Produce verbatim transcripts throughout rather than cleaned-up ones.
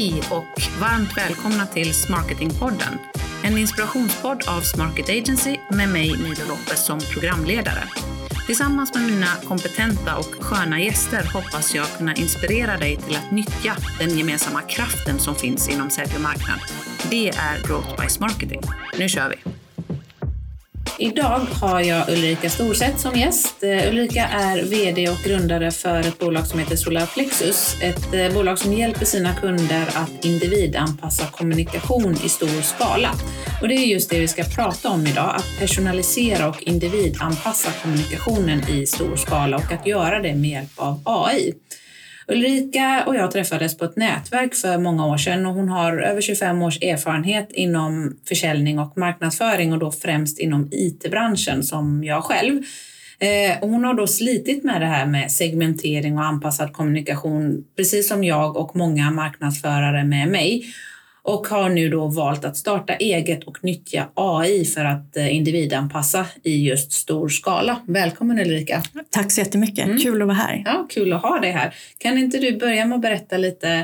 Hej och varmt välkomna till Smarketingpodden. En inspirationspodd av Smarket Agency med mig Nida Lopez som programledare. Tillsammans med mina kompetenta och sköna gäster hoppas jag kunna inspirera dig till att nyttja den gemensamma kraften som finns inom sälj och marknad. Det är Growth by Smarketing. Nu kör vi! Idag har jag Ulrika Storseth som gäst. Ulrika är vd och grundare för ett bolag som heter Solarplexus. Ett bolag som hjälper sina kunder att individanpassa kommunikation i stor skala. Och det är just det vi ska prata om idag. Att personalisera och individanpassa kommunikationen i stor skala och att göra det med hjälp av A I. Ulrika och jag träffades på ett nätverk för många år sedan och hon har över tjugofem års erfarenhet inom försäljning och marknadsföring och då främst inom I T-branschen som jag själv. Eh, och hon har då slitit med det här med segmentering och anpassad kommunikation precis som jag och många marknadsförare med mig. Och har nu då valt att starta eget och nyttja A I för att individanpassa i just stor skala. Välkommen Ulrika. Tack så jättemycket. Mm. Kul att vara här. Ja, kul att ha dig här. Kan inte du börja med att berätta lite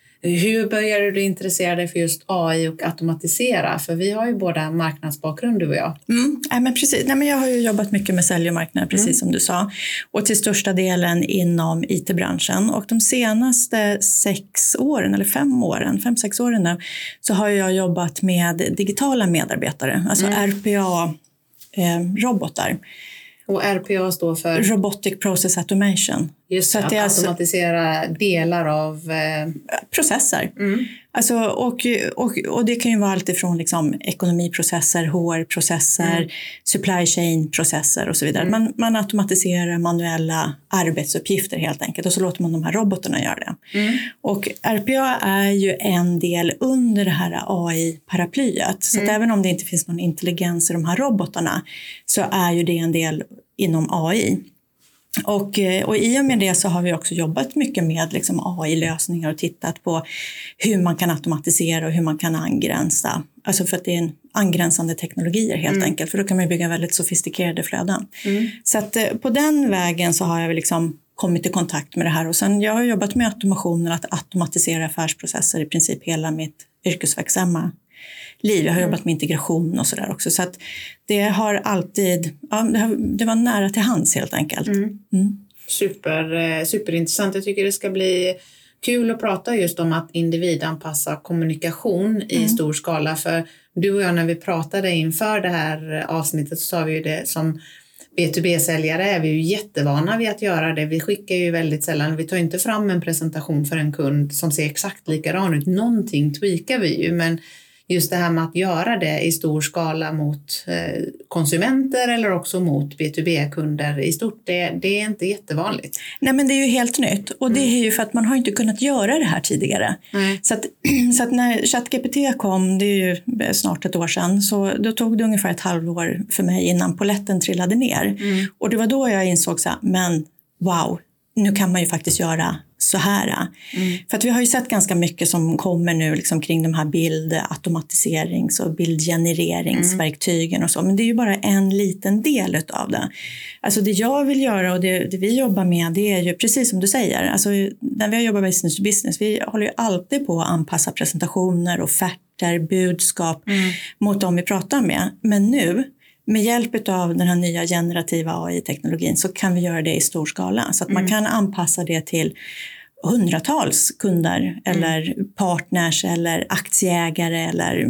hur började du intressera dig för just A I och automatisera? För vi har ju båda marknadsbakgrund du och jag. Mm, ja, men precis. Nej, men jag har ju jobbat mycket med sälj och marknad precis mm. som du sa. Och till största delen inom I T-branschen. Och de senaste sex åren eller fem åren, fem, sex åren nu, så har jag jobbat med digitala medarbetare. Alltså mm. R P A-robotar. Eh, Och R P A står för? Robotic Process Automation. Just så att, att det automatisera alltså delar av eh... processer. Mm. Alltså, och, och, och det kan ju vara allt ifrån liksom ekonomiprocesser, H R-processer, mm. supply chain-processer och så vidare. Mm. Man, man automatiserar manuella arbetsuppgifter helt enkelt och så låter man de här robotarna göra det. Mm. Och R P A är ju en del under det här A I-paraplyet. Så mm. att även om det inte finns någon intelligens i de här robotarna så är ju det en del inom A I. Och, och i och med det så har vi också jobbat mycket med liksom A I-lösningar och tittat på hur man kan automatisera och hur man kan angränsa. Alltså för att det är en angränsande teknologier helt mm. enkelt. För då kan man bygga väldigt sofistikerade flöden. Mm. Så att på den vägen så har jag liksom kommit i kontakt med det här. Och sen jag har jobbat med automationer, att automatisera affärsprocesser i princip hela mitt yrkesverksamma liv. Jag har jobbat med integration och sådär också. Så att det har alltid, ja, det, har, det var nära till hands helt enkelt. Mm. Mm. Super, superintressant. Jag tycker det ska bli kul att prata just om att individanpassa kommunikation i mm. stor skala. För du och jag när vi pratade inför det här avsnittet så sa vi ju det som B to B-säljare är vi ju jättevana vid att göra det. Vi skickar ju väldigt sällan, vi tar inte fram en presentation för en kund som ser exakt likadan ut. Någonting tweakar vi ju, men just det här med att göra det i stor skala mot eh, konsumenter eller också mot B to B-kunder i stort, det, det är inte jättevanligt. Nej, men det är ju helt nytt och det är ju för att man har inte kunnat göra det här tidigare. Mm. Så, att, så att när ChatGPT kom, det är ju snart ett år sedan, så då tog det ungefär ett halvår för mig innan poletten trillade ner. Mm. Och det var då jag insåg så här, men wow, nu kan man ju faktiskt göra så här. Mm. För att vi har ju sett ganska mycket som kommer nu liksom kring de här bildautomatiserings- och bildgenereringsverktygen och så. Men det är ju bara en liten del av det. Alltså det jag vill göra och det, det vi jobbar med, det är ju precis som du säger. Alltså när vi har jobbat business to business, vi håller ju alltid på att anpassa presentationer, offerter, budskap mm. mot dem vi pratar med. Men nu, med hjälp av den här nya generativa A I-teknologin så kan vi göra det i stor skala. Så att mm. man kan anpassa det till hundratals kunder mm. eller partners eller aktieägare eller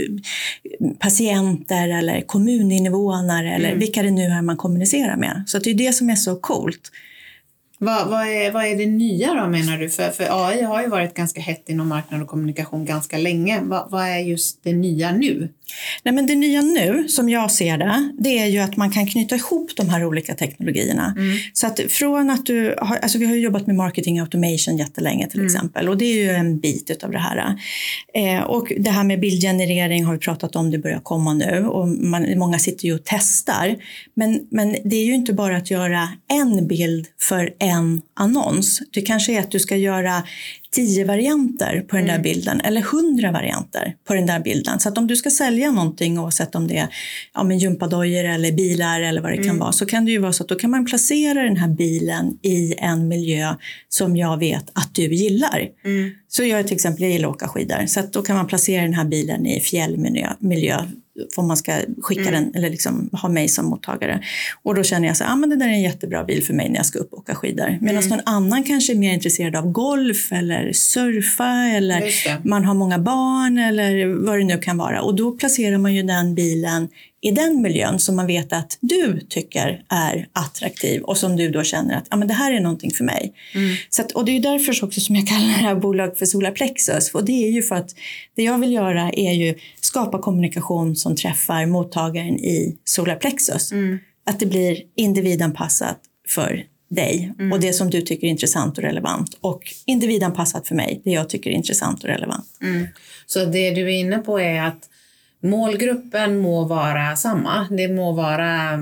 patienter eller kommuninvånare mm. eller vilka det nu är man kommunicerar med. Så att det är det som är så coolt. Vad, vad, är, vad är det nya då menar du? För, för A I har ju varit ganska hett inom marknad och kommunikation ganska länge. Vad, vad är just det nya nu? Nej, men det nya nu som jag ser det, det är ju att man kan knyta ihop de här olika teknologierna. Mm. Så att från att du har, alltså vi har ju jobbat med marketing automation jättelänge till mm. exempel. Och det är ju en bit av det här. Eh, och det här med bildgenerering har vi pratat om, det börjar komma nu. Och man, många sitter ju och testar. Men, men det är ju inte bara att göra en bild för en annons. Det kanske är att du ska göra tio varianter på den Mm. där bilden eller hundra varianter på den där bilden. Så att om du ska sälja någonting, oavsett om det är ja, men gympadojor eller bilar eller vad det kan Mm. vara, så kan det ju vara så att då kan man placera den här bilen i en miljö som jag vet att du gillar. Mm. Så jag till exempel, jag gillar att åka skidor, så att då kan man placera den här bilen i fjällmiljö, miljö, om man ska skicka Mm. den eller liksom ha mig som mottagare. Och då känner jag så här, ah, men det där är en jättebra bil för mig när jag ska upp och åka skidor. Medan Mm. någon annan kanske är mer intresserad av golf eller surfa eller Just det. man har många barn eller vad det nu kan vara. Och då placerar man ju den bilen i den miljön som man vet att du tycker är attraktiv och som du då känner att ah, men det här är någonting för mig. Mm. Så att, och det är ju därför också som jag kallar det här bolag för Solarplexus. Och det är ju för att det jag vill göra är ju skapa kommunikation som träffar mottagaren i Solarplexus. Mm. Att det blir individanpassat för dig Mm. och det som du tycker är intressant och relevant. Och individanpassat för mig, det jag tycker är intressant och relevant. Mm. Så det du är inne på är att målgruppen må vara samma. Det må vara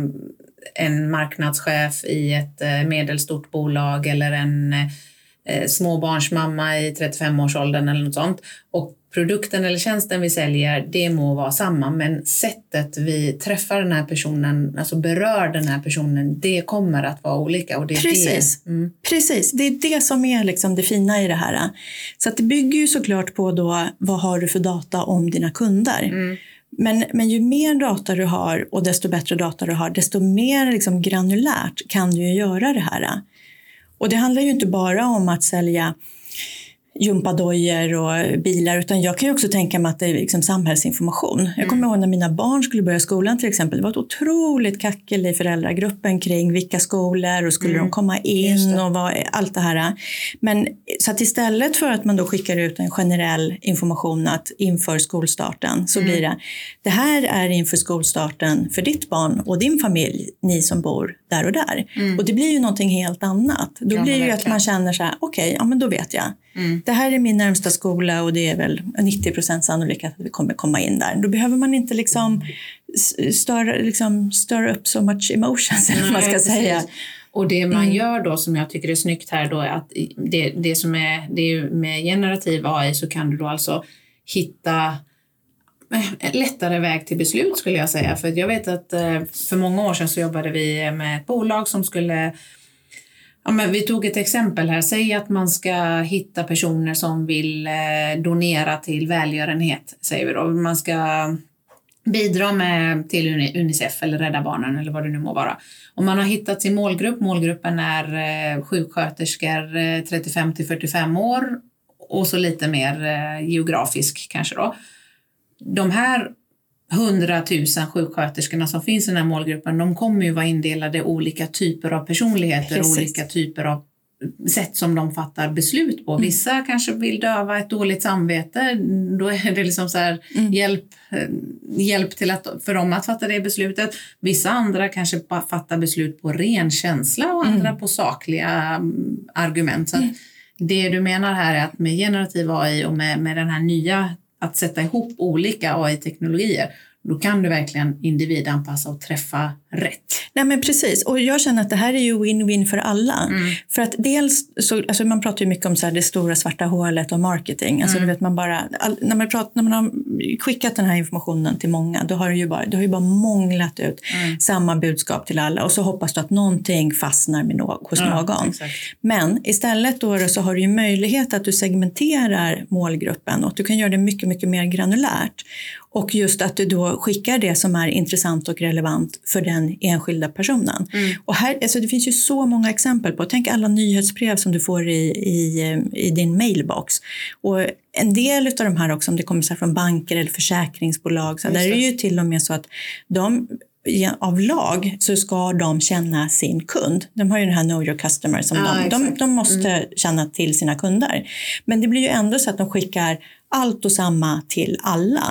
en marknadschef i ett eh, medelstort bolag eller en eh, småbarnsmamma i trettiofem-årsåldern eller något sånt. Och produkten eller tjänsten vi säljer, det må vara samma, men sättet vi träffar den här personen, alltså berör den här personen, det kommer att vara olika. Och det är Precis. Det. Mm. Precis, det är det som är liksom det fina i det här. Så att det bygger ju såklart på då, vad har du för data om dina kunder? Mm. Men, men ju mer data du har och desto bättre data du har, desto mer liksom granulärt kan du ju göra det här. Och det handlar ju inte bara om att sälja gympadojor och bilar, utan jag kan ju också tänka mig att det är liksom samhällsinformation. Mm. Jag kommer ihåg när mina barn skulle börja skolan till exempel. Det var ett otroligt kackel i föräldragruppen kring vilka skolor och skulle mm. de komma in och vad, allt det här. Men så att istället för att man då skickar ut en generell information att inför skolstarten så mm. blir det, det här är inför skolstarten för ditt barn och din familj, ni som bor där och där. Mm. Och det blir ju någonting helt annat. Då ja, blir det ju att man känner så här, okej, okay, ja men då vet jag. Mm. Det här är min närmsta skola och det är väl nittio procent sannolikt att vi kommer komma in där. Då behöver man inte liksom störa, liksom störa upp so much emotions, eller vad man ska Nej, säga. Precis. Och det man mm. gör då som jag tycker är snyggt här då är att det, det som är, det är med generativ A I så kan du då alltså hitta en lättare väg till beslut skulle jag säga. För jag vet att för många år sedan så jobbade vi med ett bolag som skulle... Ja, men vi tog ett exempel här. Säg att man ska hitta personer som vill eh, donera till välgörenhet, säger vi då. Man ska bidra med till Unicef eller Rädda Barnen eller vad det nu må vara. Om man har hittat sin målgrupp, målgruppen är eh, sjuksköterskor eh, trettiofem till fyrtiofem år och så lite mer eh, geografisk kanske då. De här hundratusen sjuksköterskorna som finns i den här målgruppen, de kommer ju vara indelade i olika typer av personligheter, Precis. olika typer av sätt som de fattar beslut på. Mm. Vissa kanske vill döva ett dåligt samvete, då är det liksom så här mm. hjälp, hjälp till att, för dem att fatta det beslutet. Vissa andra kanske bara fattar beslut på ren känsla och andra mm. på sakliga argument. Så att mm. det du menar här är att med generativ A I och med, med den här nya att sätta ihop olika A I-teknologier, då kan du verkligen individanpassa och träffa rätt. Nej men precis, och jag känner att det här är ju win-win för alla. Mm. För att dels, så, alltså man pratar ju mycket om så här, det stora svarta hålet och marketing. Alltså mm. du vet man bara, all, när, man pratar, när man har skickat den här informationen till många, då har du ju bara, du har ju bara månglat ut mm. samma budskap till alla. Och så hoppas du att någonting fastnar med no- hos ja, någon. Exakt. Men istället då så har du ju möjlighet att du segmenterar målgruppen och du kan göra det mycket, mycket mer granulärt. Och just att du då skickar det som är intressant och relevant för den enskilda personen. Mm. Och här, alltså det finns ju så många exempel på. Tänk alla nyhetsbrev som du får i, i, i din mailbox. Och en del av de här också, om det kommer så här från banker eller försäkringsbolag. Så där är det ju till och med så att de... av lag så ska de känna sin kund. De har ju den här know your customer som ah, de, de, de måste mm. känna till sina kunder. Men det blir ju ändå så att de skickar allt och samma till alla. Ah.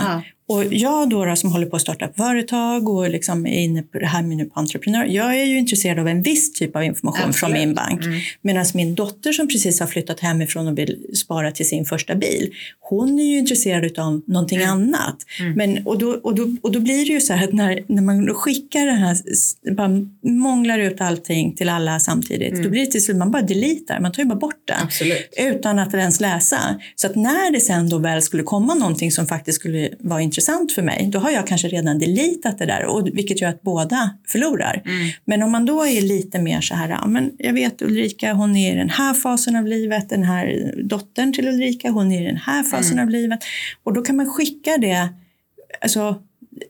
Och jag då, då som håller på att starta företag och liksom är inne på det här med nu på entreprenör. Jag är ju intresserad av en viss typ av information Absolut. Från min bank. Mm. Medan min dotter som precis har flyttat hemifrån och vill spara till sin första bil. Hon är ju intresserad av någonting mm. annat. Mm. Men, och, då, och, då, och då blir det ju så här att när, när man skickar den här, bara månglar ut allting till alla samtidigt. Mm. Då blir det till slut man bara deletar. Man tar ju bara bort det. Absolut. Utan att ens läsa. Så att när det sen då väl skulle komma någonting som faktiskt skulle vara intressant för mig, då har jag kanske redan deletat det där, och vilket gör att båda förlorar. Mm. Men om man då är lite mer så här, ja, men jag vet Ulrika, hon är i den här fasen av livet, den här dottern till Ulrika, hon är i den här fasen mm. av livet, och då kan man skicka det alltså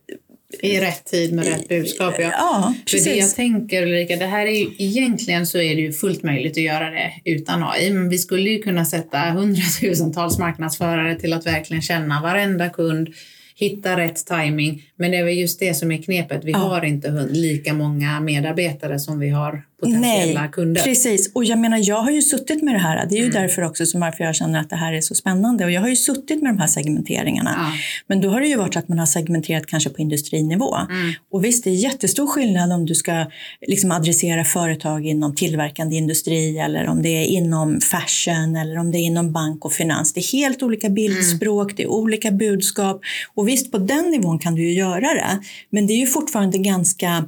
i rätt tid med rätt budskap. Ja, ja för det jag tänker Ulrika, det här är ju, egentligen så är det ju fullt möjligt att göra det utan A I, men vi skulle ju kunna sätta hundratusentals marknadsförare till att verkligen känna varenda kund, hitta rätt timing, men det är väl just det som är knepet. Vi ja. Har inte lika många medarbetare som vi har potentiella Nej, kunder. Precis, och jag menar jag har ju suttit med det här, det är ju mm. därför också som varför jag känner att det här är så spännande, och jag har ju suttit med de här segmenteringarna, ja. Men då har det ju varit att man har segmenterat kanske på industrinivå, mm. och visst det är jättestor skillnad om du ska liksom adressera företag inom tillverkande industri, eller om det är inom fashion, eller om det är inom bank och finans. Det är helt olika bildspråk, mm. det är olika budskap, och visst på den nivån kan du ju göra det, men det är ju fortfarande ganska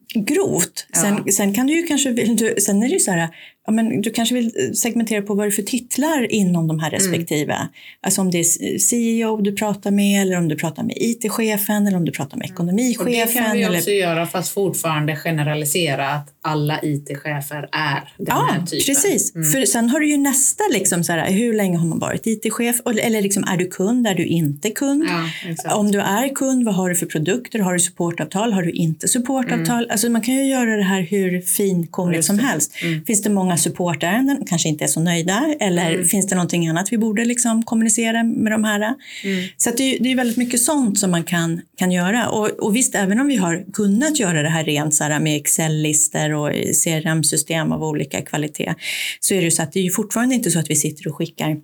grovt. Sen, ja. sen kan du ju kanske, du, sen är det ju så här, ja, men du kanske vill segmentera på vad det är för titlar inom de här respektive. Mm. Alltså om det är C E O du pratar med, eller om du pratar med I T-chefen, eller om du pratar med ekonomichefen. Och det kan vi eller... också göra, fast fortfarande generalisera att alla I T-chefer är den ja, här typen. Precis. Mm. För sen har du ju nästa, liksom så här, hur länge har man varit I T-chef? Eller liksom, är du kund, är du inte kund? Ja, om du är kund, vad har du för produkter? Har du supportavtal? Har du inte supportavtal? Mm. Alltså man kan ju göra det här hur finkomligt som helst. Mm. Finns det många supportärenden, kanske inte är så nöjda, eller mm. finns det någonting annat vi borde liksom kommunicera med de här? Mm. Så att det, det är väldigt mycket sånt som man kan, kan göra, och, och visst, även om vi har kunnat göra det här rent så här med Excel-lister och C R M-system av olika kvalitet, så är det ju så att det är ju fortfarande inte så att vi sitter och skickar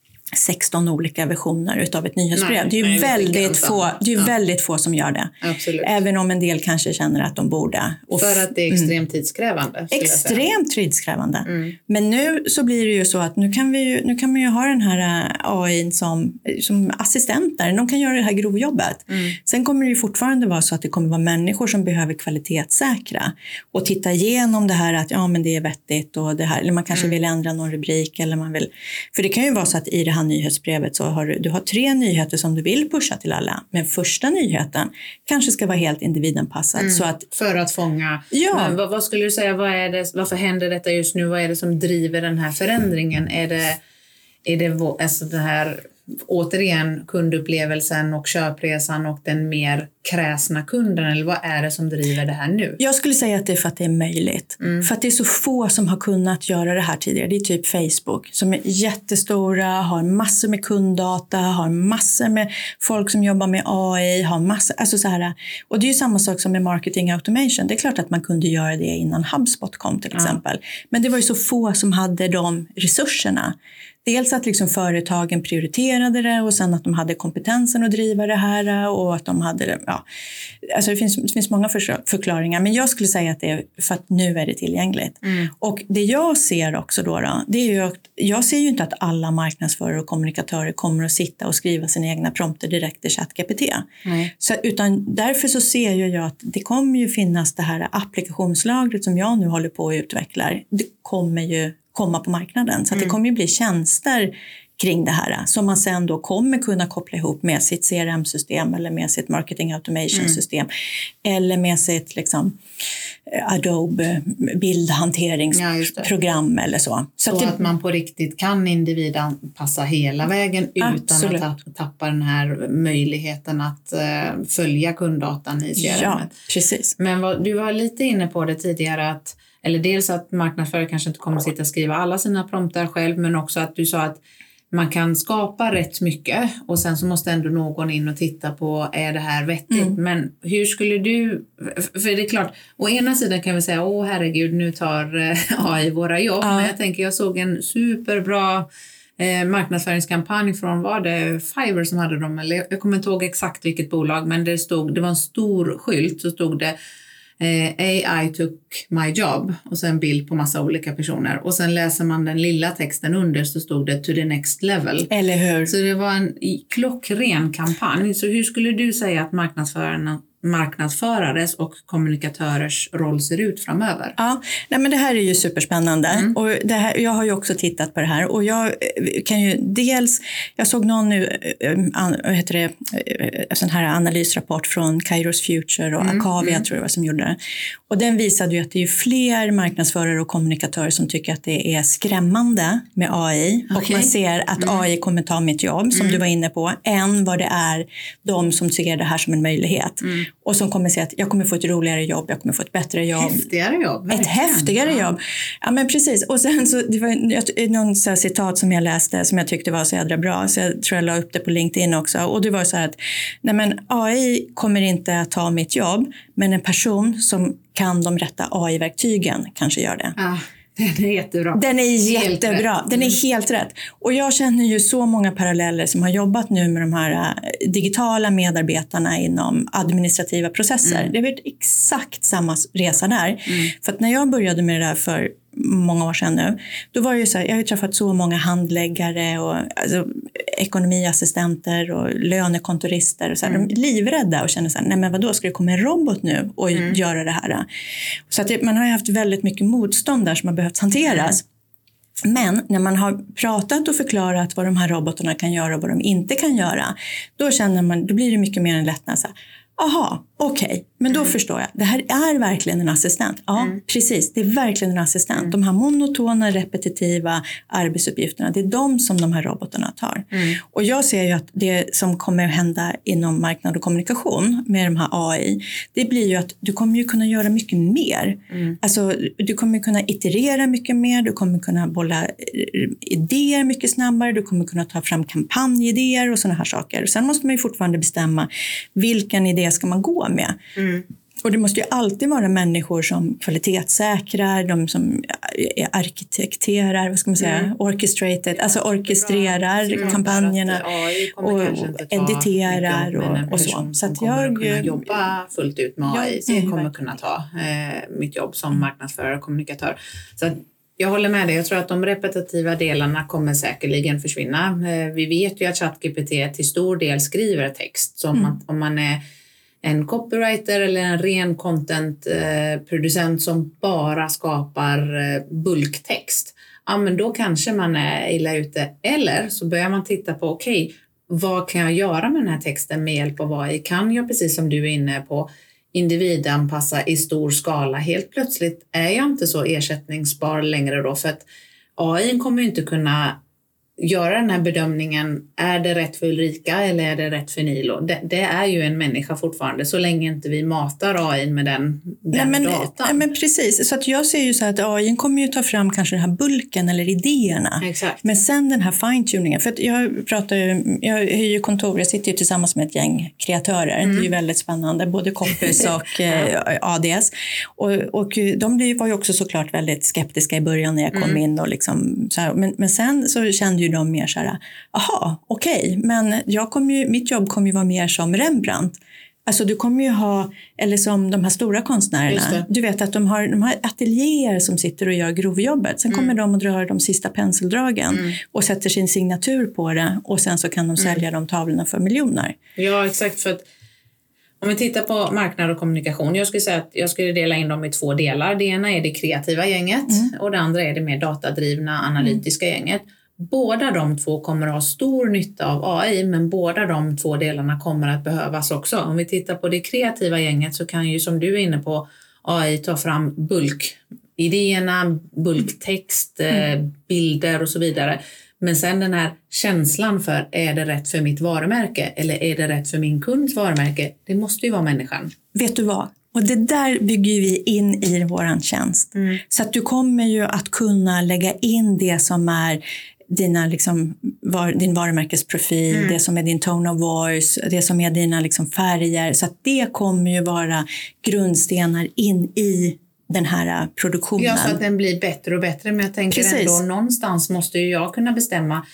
sexton olika versioner utav ett nyhetsbrev. Nej, det är ju nej, väldigt, få, det är ja. väldigt få som gör det. Absolut. Även om en del kanske känner att de borde. Och för att det är extremt mm. tidskrävande. Extremt tidskrävande. Mm. Men nu så blir det ju så att nu kan, vi ju, nu kan man ju ha den här A I som, som assistenter. De kan göra det här grovjobbet. Mm. Sen kommer det ju fortfarande vara så att det kommer vara människor som behöver kvalitetssäkra. Och titta igenom det här att ja, men det är vettigt. Och det här, eller man kanske mm. vill ändra någon rubrik. Eller man vill, för det kan ju vara så att i det här nyhetsbrevet så har du, du har tre nyheter som du vill pusha till alla. Men första nyheten kanske ska vara helt individanpassad. Mm, så att, för att fånga. Ja. Men vad, vad skulle du säga, vad är det, varför händer detta just nu? Vad är det som driver den här förändringen? Är det, är det alltså det här återigen kundupplevelsen och köpresan och den mer kräsna kunden, eller vad är det som driver det här nu? Jag skulle säga att det är för att det är möjligt. Mm. För att det är så få som har kunnat göra det här tidigare. Det är typ Facebook som är jättestora, har massor med kunddata, har massor med folk som jobbar med A I, har massor, alltså så här. Och det är ju samma sak som med marketing automation. Det är klart att man kunde göra det innan HubSpot kom till exempel. Ja. Men det var ju så få som hade de resurserna. Dels att liksom företagen prioriterade det, och sen att de hade kompetensen att driva det här, och att de hade, ja, alltså det finns, det finns många förklaringar, men jag skulle säga att det är för att nu är det tillgängligt. Mm. Och det jag ser också då, då det är ju att jag ser ju inte att alla marknadsförare och kommunikatörer kommer att sitta och skriva sina egna prompter direkt i ChatGPT. Mm. Så, utan därför så ser jag att det kommer ju finnas det här applikationslagret som jag nu håller på att utveckla. Det kommer ju komma på marknaden. Så att mm. det kommer ju bli tjänster kring det här som man sen då kommer kunna koppla ihop med sitt C R M-system eller med sitt marketing automation-system mm. eller med sitt liksom, Adobe bildhanteringsprogram ja, eller så. Så, så att, det, att man på riktigt kan individanpassa hela vägen utan absolut. Att tappa den här möjligheten att uh, följa kunddatan i C R M. Ja, precis. Men vad, du var lite inne på det tidigare att eller dels att marknadsförare kanske inte kommer att sitta och skriva alla sina promptar själv, men också att du sa att man kan skapa rätt mycket och sen så måste ändå någon in och titta på, är det här vettigt? Mm. Men hur skulle du, för det är klart, å ena sidan kan vi säga, åh herregud, nu tar A I våra jobb, ja. Men jag tänker, jag såg en superbra eh, marknadsföringskampanj från, var det Fiverr som hade dem, eller jag kommer inte ihåg exakt vilket bolag, men det stod, det var en stor skylt, så stod det eh, A I took my job och sen bild på massa olika personer, och sen läser man den lilla texten under så stod det to the next level. Eller hur? Så det var en klockren kampanj. Så hur skulle du säga att marknadsförarna marknadsförares och kommunikatörers roll ser ut framöver? Ja, nej men det här är ju superspännande. Mm. Och det här, jag har ju också tittat på det här. Och jag kan ju dels, jag såg någon nu, vad heter det, en sån här analysrapport från Kairos Future och mm. Akavia mm. tror jag var som gjorde det. Och den visade ju att det är fler marknadsförare och kommunikatörer som tycker att det är skrämmande med A I. Okay. Och man ser att mm. A I kommer ta mitt jobb, som mm. du var inne på, än vad det är de som ser det här som en möjlighet. Mm. Och som kommer säga att jag kommer få ett roligare jobb, jag kommer få ett bättre jobb. Häftigare jobb. Ett häftigare ja. jobb. Ja, men precis. Och sen så, det var någon så här citat som jag läste som jag tyckte var så jädra bra. Så jag tror jag la upp det på LinkedIn också. Och det var så här att, nej men A I kommer inte att ta mitt jobb, men en person som kan de rätta A I-verktygen kanske gör det. Ja. Den är jättebra. Den är jättebra. Den är helt rätt. Och jag känner ju så många paralleller som har jobbat nu med de här digitala medarbetarna inom administrativa processer. Mm. Det har varit exakt samma resa där. Mm. För att när jag började med det där för många år sedan nu, då var det ju så här, jag har ju träffat så många handläggare och alltså, ekonomiassistenter och lönekontorister och så här, mm. de är livrädda och känner så här, nej men vadå, ska det komma en robot nu och mm. göra det här? Så att det, man har ju haft väldigt mycket motstånd där som har behövt hanteras. Mm. Men när man har pratat och förklarat vad de här robotarna kan göra och vad de inte kan göra, då känner man, då blir det mycket mer en lättnad så här, aha, okej, okay. Men då mm. förstår jag. Det här är verkligen en assistent. Ja, mm. precis. Det är verkligen en assistent. Mm. De här monotona, repetitiva arbetsuppgifterna, det är de som de här robotarna tar. Mm. Och jag ser ju att det som kommer att hända inom marknad och kommunikation med de här A I, det blir ju att du kommer ju kunna göra mycket mer. Mm. Alltså, du kommer kunna iterera mycket mer, du kommer kunna bolla idéer mycket snabbare, du kommer kunna ta fram kampanjidéer och sådana här saker. Sen måste man ju fortfarande bestämma vilken idé ska man gå med. Mm. Och det måste ju alltid vara människor som kvalitetssäkrar, de som arkitekterar, vad ska man säga, mm. orchestrated, alltså orkestrerar mm. kampanjerna och editerar och, och så. Så att jag kommer kunna jobba fullt ut med A I, så jag kommer mm. kunna ta eh, mitt jobb som marknadsförare och kommunikatör. Så att jag håller med dig. Jag tror att de repetitiva delarna kommer säkerligen försvinna. Eh, vi vet ju att ChatGPT till stor del skriver text, så mm. att om man är en copywriter eller en ren contentproducent som bara skapar bulktext, ja men då kanske man är illa ute. Eller så börjar man titta på, okej, okay, vad kan jag göra med den här texten med hjälp av A I? Kan jag, precis som du är inne på, individanpassa i stor skala? Helt plötsligt är jag inte så ersättningsbar längre då, för att A I kommer ju inte kunna göra den här bedömningen, är det rätt för Ulrika eller är det rätt för Nilo? Det, det är ju en människa fortfarande, så länge inte vi matar A I med den, den nej, men, datan. Nej, men precis, så att jag ser ju så att A I kommer ju ta fram kanske den här bulken eller idéerna. Exakt. Men sen den här fine-tuningen, för att jag pratar ju, jag är ju kontor, jag sitter ju tillsammans med ett gäng kreatörer, mm. det är ju väldigt spännande, både copies och eh, A D S. Och, och de var ju också såklart väldigt skeptiska i början när jag kom mm. in och liksom så här, men, men sen så kände ju de mer så här, aha, okej, okay, men jag kommer ju, mitt jobb kommer ju vara mer som Rembrandt. Alltså du kommer ju ha, eller som de här stora konstnärerna, du vet att de har, de har ateljéer som sitter och gör grovjobbet. Sen mm. kommer de och drar de sista penseldragen mm. och sätter sin signatur på det, och sen så kan de sälja mm. de tavlorna för miljoner. Ja, exakt, för att om vi tittar på marknad och kommunikation, jag skulle säga att jag skulle dela in dem i två delar. Det ena är det kreativa gänget mm. och det andra är det mer datadrivna, analytiska mm. gänget. Båda de två kommer att ha stor nytta av A I, men båda de två delarna kommer att behövas också. Om vi tittar på det kreativa gänget så kan ju, som du är inne på, A I ta fram bulkidéerna, bulktext, mm. bilder och så vidare. Men sen den här känslan för, är det rätt för mitt varumärke eller är det rätt för min kunds varumärke? Det måste ju vara människan. Vet du vad? Och det där bygger vi in i våran tjänst. Mm. Så att du kommer ju att kunna lägga in det som är dina, liksom, var, din varumärkesprofil, mm. det som är din tone of voice, det som är dina liksom, färger. Så att det kommer ju vara grundstenar in i den här produktionen. Ja, så att den blir bättre och bättre. Men jag tänker Precis. ändå, någonstans måste ju jag kunna bestämma,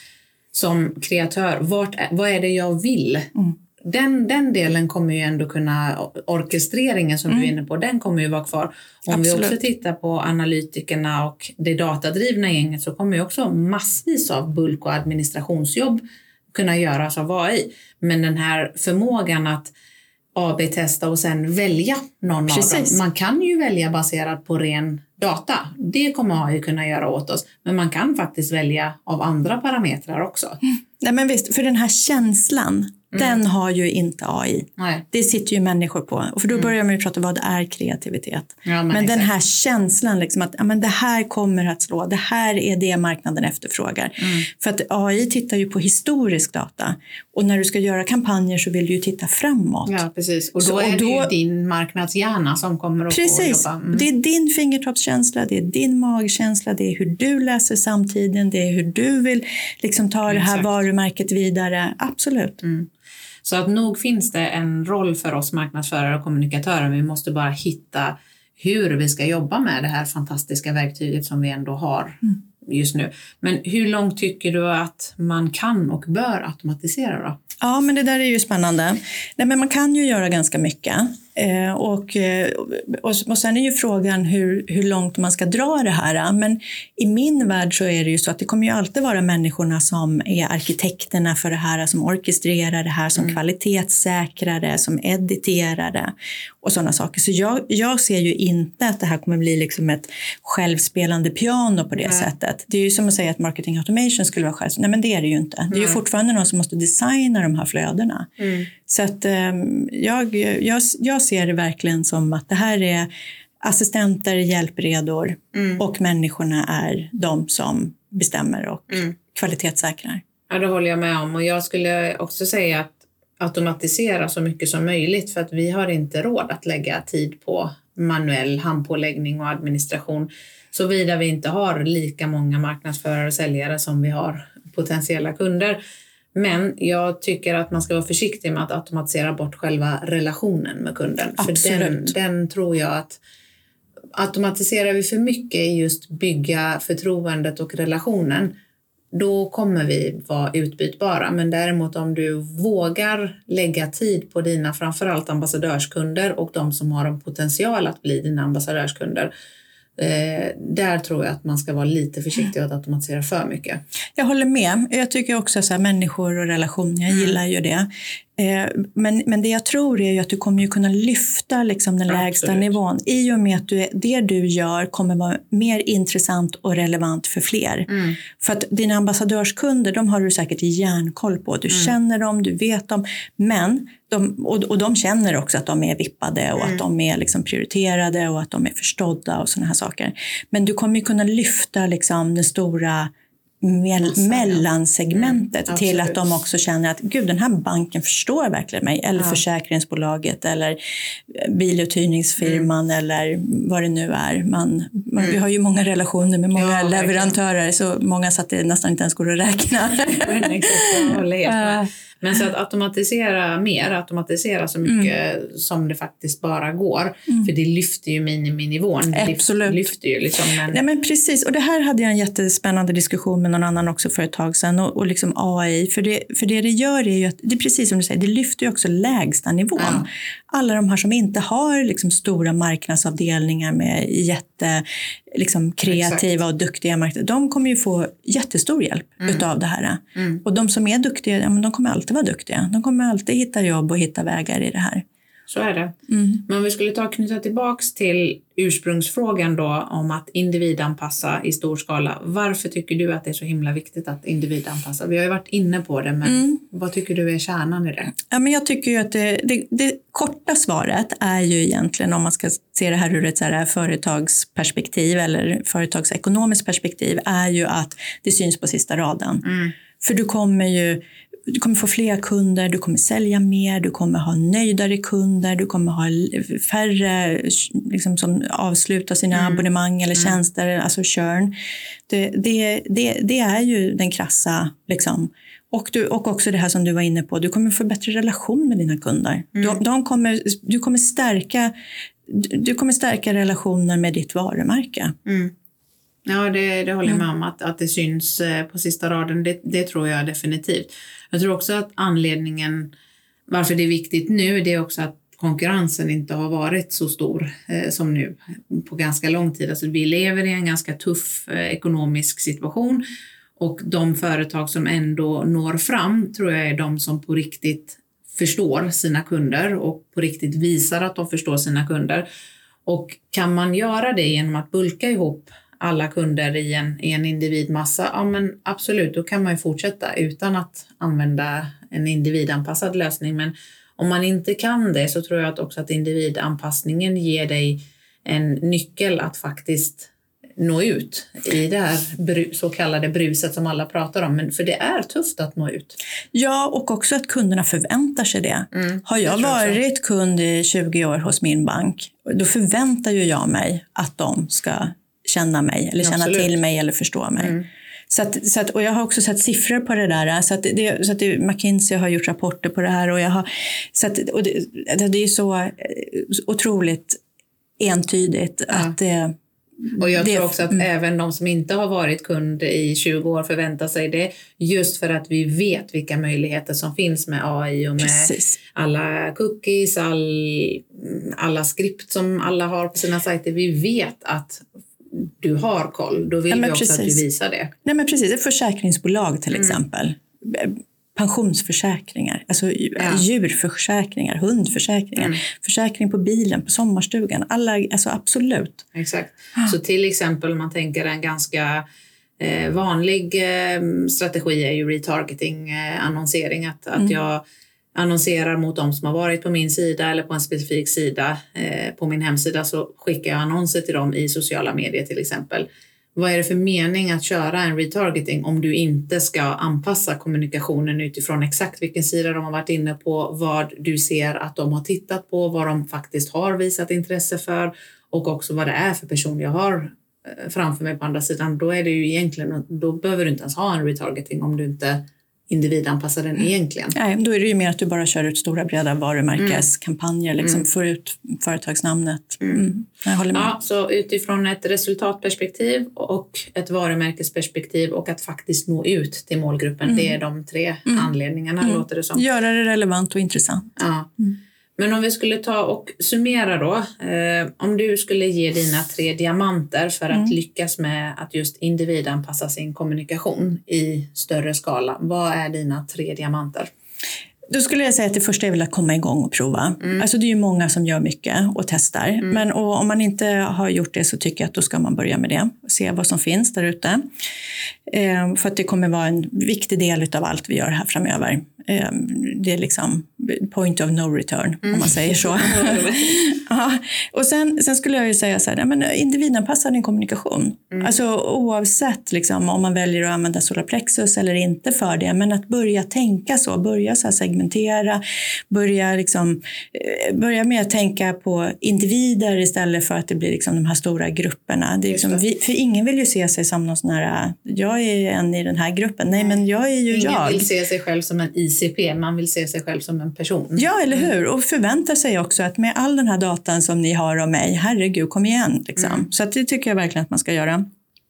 som kreatör, vart, vad är det jag vill? Mm. Den, den delen kommer ju ändå kunna, orkestreringen som mm. du är inne på, den kommer ju vara kvar. Om Absolut. Vi också tittar på analytikerna och det datadrivna gänget, så kommer ju också massvis av bulk- och administrationsjobb kunna göras av A I. Men den här förmågan att A B-testa och sen välja någon Precis. Av dem. Man kan ju välja baserat på ren data. Det kommer A I kunna göra åt oss. Men man kan faktiskt välja av andra parametrar också. Mm. Nej, men visst, för den här känslan, Mm. den har ju inte A I. Nej. Det sitter ju människor på. Och för då börjar man ju prata om vad är kreativitet. Ja, men men exakt. den här känslan liksom att ja, men det här kommer att slå. Det här är det marknaden efterfrågar. Mm. För att A I tittar ju på historisk data. Och när du ska göra kampanjer så vill du ju titta framåt. Ja, precis. Och då så, är och det då, ju din marknadshjärna som kommer att precis. få jobba. Mm. Det är din fingertoppskänsla, det är din magkänsla, det är hur du läser samtiden, det är hur du vill liksom ta det här Exakt. varumärket vidare. Absolut. Mm. Så att nog finns det en roll för oss marknadsförare och kommunikatörer. Vi måste bara hitta hur vi ska jobba med det här fantastiska verktyget som vi ändå har mm. just nu. Men hur långt tycker du att man kan och bör automatisera då? Ja, men det där är ju spännande. Nej, men man kan ju göra ganska mycket. Eh, och, och, och sen är ju frågan hur, hur långt man ska dra det här. Men i min värld så är det ju så att det kommer ju alltid vara människorna som är arkitekterna för det här, som orkestrerar det här, som mm. kvalitetssäkrar det, som editerar det och sådana saker. Så jag, jag ser ju inte att det här kommer bli liksom ett självspelande piano på det mm. sättet. Det är ju som att säga att marketing automation skulle vara själv. Nej, men det är det ju inte. Det är ju mm. fortfarande någon som måste designa de här flödena. Mm. Så att um, jag, jag, jag ser det verkligen som att det här är assistenter, hjälpredor mm. och människorna är de som bestämmer och mm. kvalitetssäkrar. Ja, det håller jag med om, och jag skulle också säga att automatisera så mycket som möjligt, för att vi har inte råd att lägga tid på manuell handpåläggning och administration, såvida vi inte har lika många marknadsförare och säljare som vi har potentiella kunder. Men jag tycker att man ska vara försiktig med att automatisera bort själva relationen med kunden. Absolut. För den, den tror jag att automatiserar vi för mycket i just bygga förtroendet och relationen, då kommer vi vara utbytbara. Men däremot om du vågar lägga tid på dina framförallt ambassadörskunder och de som har en potential att bli dina ambassadörskunder, Eh, där tror jag att man ska vara lite försiktig att automatisera för mycket. Jag håller med. Jag tycker också så här, människor och relationer, jag mm. gillar ju det. Eh, men, men det jag tror är ju att du kommer ju kunna lyfta liksom den ja, lägsta absolut. nivån. I och med att du, det du gör kommer vara mer intressant och relevant för fler. Mm. För att dina ambassadörskunder, de har du säkert järnkoll på. Du mm. känner dem, du vet dem. Men de, och, och de känner också att de är vippade och mm. att de är liksom prioriterade och att de är förstådda och såna här saker. Men du kommer ju kunna lyfta liksom den stora mell- Massa, mellansegmentet mm, till att de också känner att gud, den här banken förstår verkligen mig. Eller ja. försäkringsbolaget eller biluthyrningsfirman mm. eller vad det nu är. Man, man, mm. Vi har ju många relationer med många ja, leverantörer, så många så att det nästan inte ens går att räkna. Jag håller helt med. Men så att automatisera mer, automatisera så mycket mm. som det faktiskt bara går. Mm. För det lyfter ju miniminivån. Det Absolut. lyfter ju liksom. Men... Nej, men precis, och det här hade jag en jättespännande diskussion med någon annan också för ett tag sedan. Och, och liksom A I, för det, för det det gör är ju att, det är precis som du säger, det lyfter ju också lägsta nivån. Ja. Alla de här som inte har liksom stora marknadsavdelningar med jätte liksom kreativa Exakt. och duktiga marknader, de kommer ju få jättestor hjälp mm. utav det här. Mm. Och de som är duktiga, ja, men de kommer alltid vara duktiga. De kommer alltid hitta jobb och hitta vägar i det här. Så är det. Mm. Men om vi skulle ta och knyta tillbaks till ursprungsfrågan då om att individanpassa i stor skala. Varför tycker du att det är så himla viktigt att individanpassa? Vi har ju varit inne på det, men mm. vad tycker du är kärnan i det? Ja, men jag tycker ju att det, det, det korta svaret är ju egentligen, om man ska se det här ur ett så här företagsperspektiv eller företagsekonomiskt perspektiv, är ju att det syns på sista raden. Mm. För du kommer ju Du kommer få fler kunder, du kommer sälja mer, du kommer ha nöjdare kunder, du kommer ha färre liksom, som avslutar sina mm. abonnemang eller mm. tjänster, alltså churn. Det, det, det, det är ju den krassa, liksom. Och, du, och också det här som du var inne på, du kommer få bättre relation med dina kunder. Mm. De, de kommer, du, kommer stärka, du kommer stärka relationen med ditt varumärke. Mm. Ja, det, det håller jag med om. Att, att det syns på sista raden, det, det tror jag definitivt. Jag tror också att anledningen varför det är viktigt nu, det är också att konkurrensen inte har varit så stor eh, som nu på ganska lång tid. Alltså vi lever i en ganska tuff eh, ekonomisk situation, och de företag som ändå når fram tror jag är de som på riktigt förstår sina kunder och på riktigt visar att de förstår sina kunder. Och kan man göra det genom att bulka ihop alla kunder i en, i en individmassa, ja men absolut, då kan man ju fortsätta utan att använda en individanpassad lösning. Men om man inte kan det, så tror jag att också att individanpassningen ger dig en nyckel att faktiskt nå ut i det här bru- så kallade bruset som alla pratar om. Men för det är tufft att nå ut. Ja, och också att kunderna förväntar sig det. Mm, har jag varit också kund i tjugo år hos min bank, då förväntar ju jag mig att de ska känna mig eller känna Absolut. till mig eller förstå mig. Mm. Så att, så att, och jag har också sett siffror på det där. Så att det, så att det, McKinsey har gjort rapporter på det här. Och jag har, så att, och det, det är så otroligt entydigt. Ja. Att det, och jag det, tror också att mm. även de som inte har varit kund i tjugo år förväntar sig det. Just för att vi vet vilka möjligheter som finns med A I och med Precis. alla cookies, all, alla skript som alla har på sina sajter. Vi vet att du har koll, då vill ja, vi också precis. att du visar det. Nej, men precis, ett försäkringsbolag till mm. exempel. Pensionsförsäkringar, alltså ja. djurförsäkringar, hundförsäkringar, mm. försäkring på bilen, på sommarstugan, alla, alltså absolut. Exakt, ah. så till exempel man tänker en ganska eh, vanlig eh, strategi är ju retargeting, eh, annonsering, att, att mm. jag annonserar mot de som har varit på min sida eller på en specifik sida eh, på min hemsida, så skickar jag annonser till dem i sociala medier till exempel. Vad är det för mening att köra en retargeting om du inte ska anpassa kommunikationen utifrån exakt vilken sida de har varit inne på, vad du ser att de har tittat på, vad de faktiskt har visat intresse för och också vad det är för person jag har framför mig på andra sidan. Då är det ju egentligen, då behöver du inte ens ha en retargeting om du inte individanpassar den egentligen. Nej, då är det ju mer att du bara kör ut stora breda varumärkeskampanjer, liksom mm. får ut företagsnamnet. Mm. Mm. Jag håller med. Ja, så utifrån ett resultatperspektiv och ett varumärkesperspektiv och att faktiskt nå ut till målgruppen, mm. det är de tre mm. anledningarna, mm. låter det som. Göra det relevant och intressant. Ja. Mm. Men om vi skulle ta och summera då, eh, om du skulle ge dina tre diamanter för att mm. lyckas med att just individanpassa sin kommunikation i större skala, vad är dina tre diamanter? Då skulle jag säga att det första är väl att komma igång och prova. Mm. Alltså det är ju många som gör mycket och testar. Mm. Men och om man inte har gjort det så tycker jag att då ska man börja med det. Se vad som finns där ute. Eh, för att det kommer vara en viktig del av allt vi gör här framöver. Eh, det är liksom point of no return, mm. om man säger så. Ja. Och sen, sen skulle jag ju säga så här, ja, men individanpassa din kommunikation. Mm. Alltså oavsett liksom, om man väljer att använda Solarplexus eller inte för det. Men att börja tänka så, börja så här segmentera, börja, liksom, börja med att tänka på individer istället för att det blir liksom de här stora grupperna. Det är liksom, vi, för ingen vill ju se sig som någon sån här, jag är en i den här gruppen. Nej, men jag är ju ingen jag. Ingen vill se sig själv som en I C P, man vill se sig själv som en person. Ja, eller hur? Och förväntar sig också att med all den här datan som ni har om mig, herregud, kom igen. Liksom. Mm. Så att det tycker jag verkligen att man ska göra.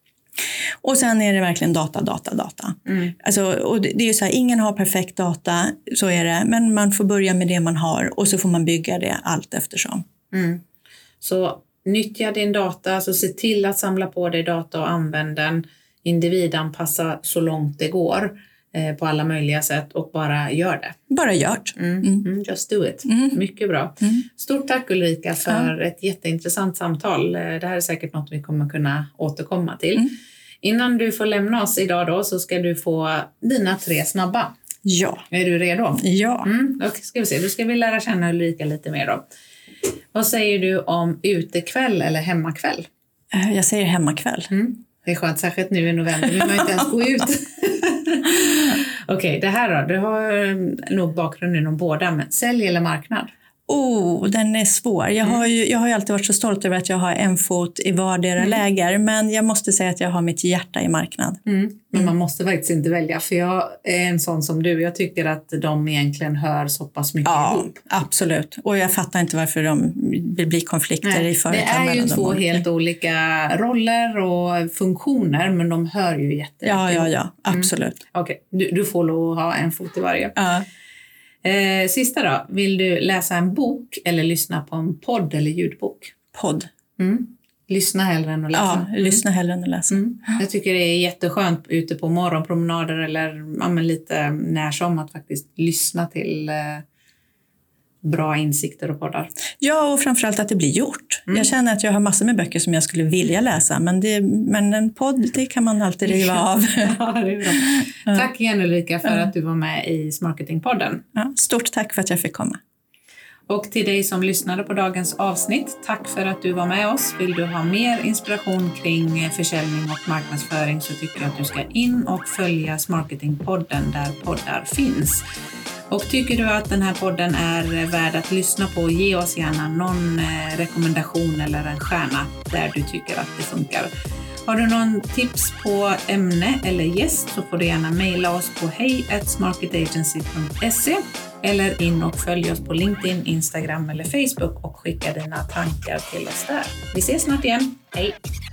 Och sen är det verkligen data, data, data. Mm. Alltså, och det är ju så här, ingen har perfekt data, så är det. Men man får börja med det man har och så får man bygga det allt eftersom. Mm. Så nyttja din data, alltså se till att samla på dig data och använd den. Individanpassa så långt det går eh, på alla möjliga sätt och bara gör det. Bara gjort. Mm. Mm. Just do it. Mm. Mycket bra. Mm. Stort tack Ulrika för ja. ett jätteintressant samtal. Det här är säkert något vi kommer kunna återkomma till. Mm. Innan du får lämna oss idag då så ska du få dina tre snabba. Ja. Är du redo? Ja. Mm. Och ska vi se, då ska vi lära känna Ulrika lite mer då. Vad säger du om utekväll eller hemmakväll? Jag säger hemmakväll. Mm. Det är skönt, särskilt nu i november. Vi vill inte ens gå ut. Okej, okay, det här då. Du har nog bakgrund inom båda. Men sälj eller marknad? Oh, den är svår. Jag har ju, jag har ju alltid varit så stolt över att jag har en fot i vardera mm. läger. Men jag måste säga att jag har mitt hjärta i marknad. Mm. Men man måste faktiskt inte välja. För jag är en sån som du. Jag tycker att de egentligen hör så pass mycket ja, ihop. Absolut. Och jag fattar inte varför de vill bli konflikter Nej, i företag. Det är ju två helt olika roller och funktioner. Men de hör ju jätte. Ja, ja, ja. Absolut. Mm. Okej, okay. du, du får lov att ha en fot i varje. Ja. Eh, sista då, vill du läsa en bok eller lyssna på en podd eller ljudbok? Podd. Mm. Lyssna hellre än att läsa. Ja, lyssna hellre än att läsa. Mm. Jag tycker det är jätteskönt ute på morgonpromenader eller ja, men lite när som att faktiskt lyssna till eh, bra insikter och poddar. Ja, och framförallt att det blir gjort. Mm. Jag känner att jag har massor med böcker som jag skulle vilja läsa, men, det, men en podd, det kan man alltid riva av. Ja, det är bra. Ja. Tack igen Ulrika för ja. att du var med i Smarketingpodden. Ja, stort tack för att jag fick komma. Och till dig som lyssnade på dagens avsnitt, tack för att du var med oss. Vill du ha mer inspiration kring försäljning och marknadsföring så tycker jag att du ska in och följa Smarketingpodden där poddar finns. Och tycker du att den här podden är värd att lyssna på, ge oss gärna någon rekommendation eller en stjärna där du tycker att det funkar. Har du någon tips på ämne eller gäst så får du gärna mejla oss på hej at smarketagency punkt se eller in och följ oss på LinkedIn, Instagram eller Facebook och skicka dina tankar till oss där. Vi ses snart igen. Hej!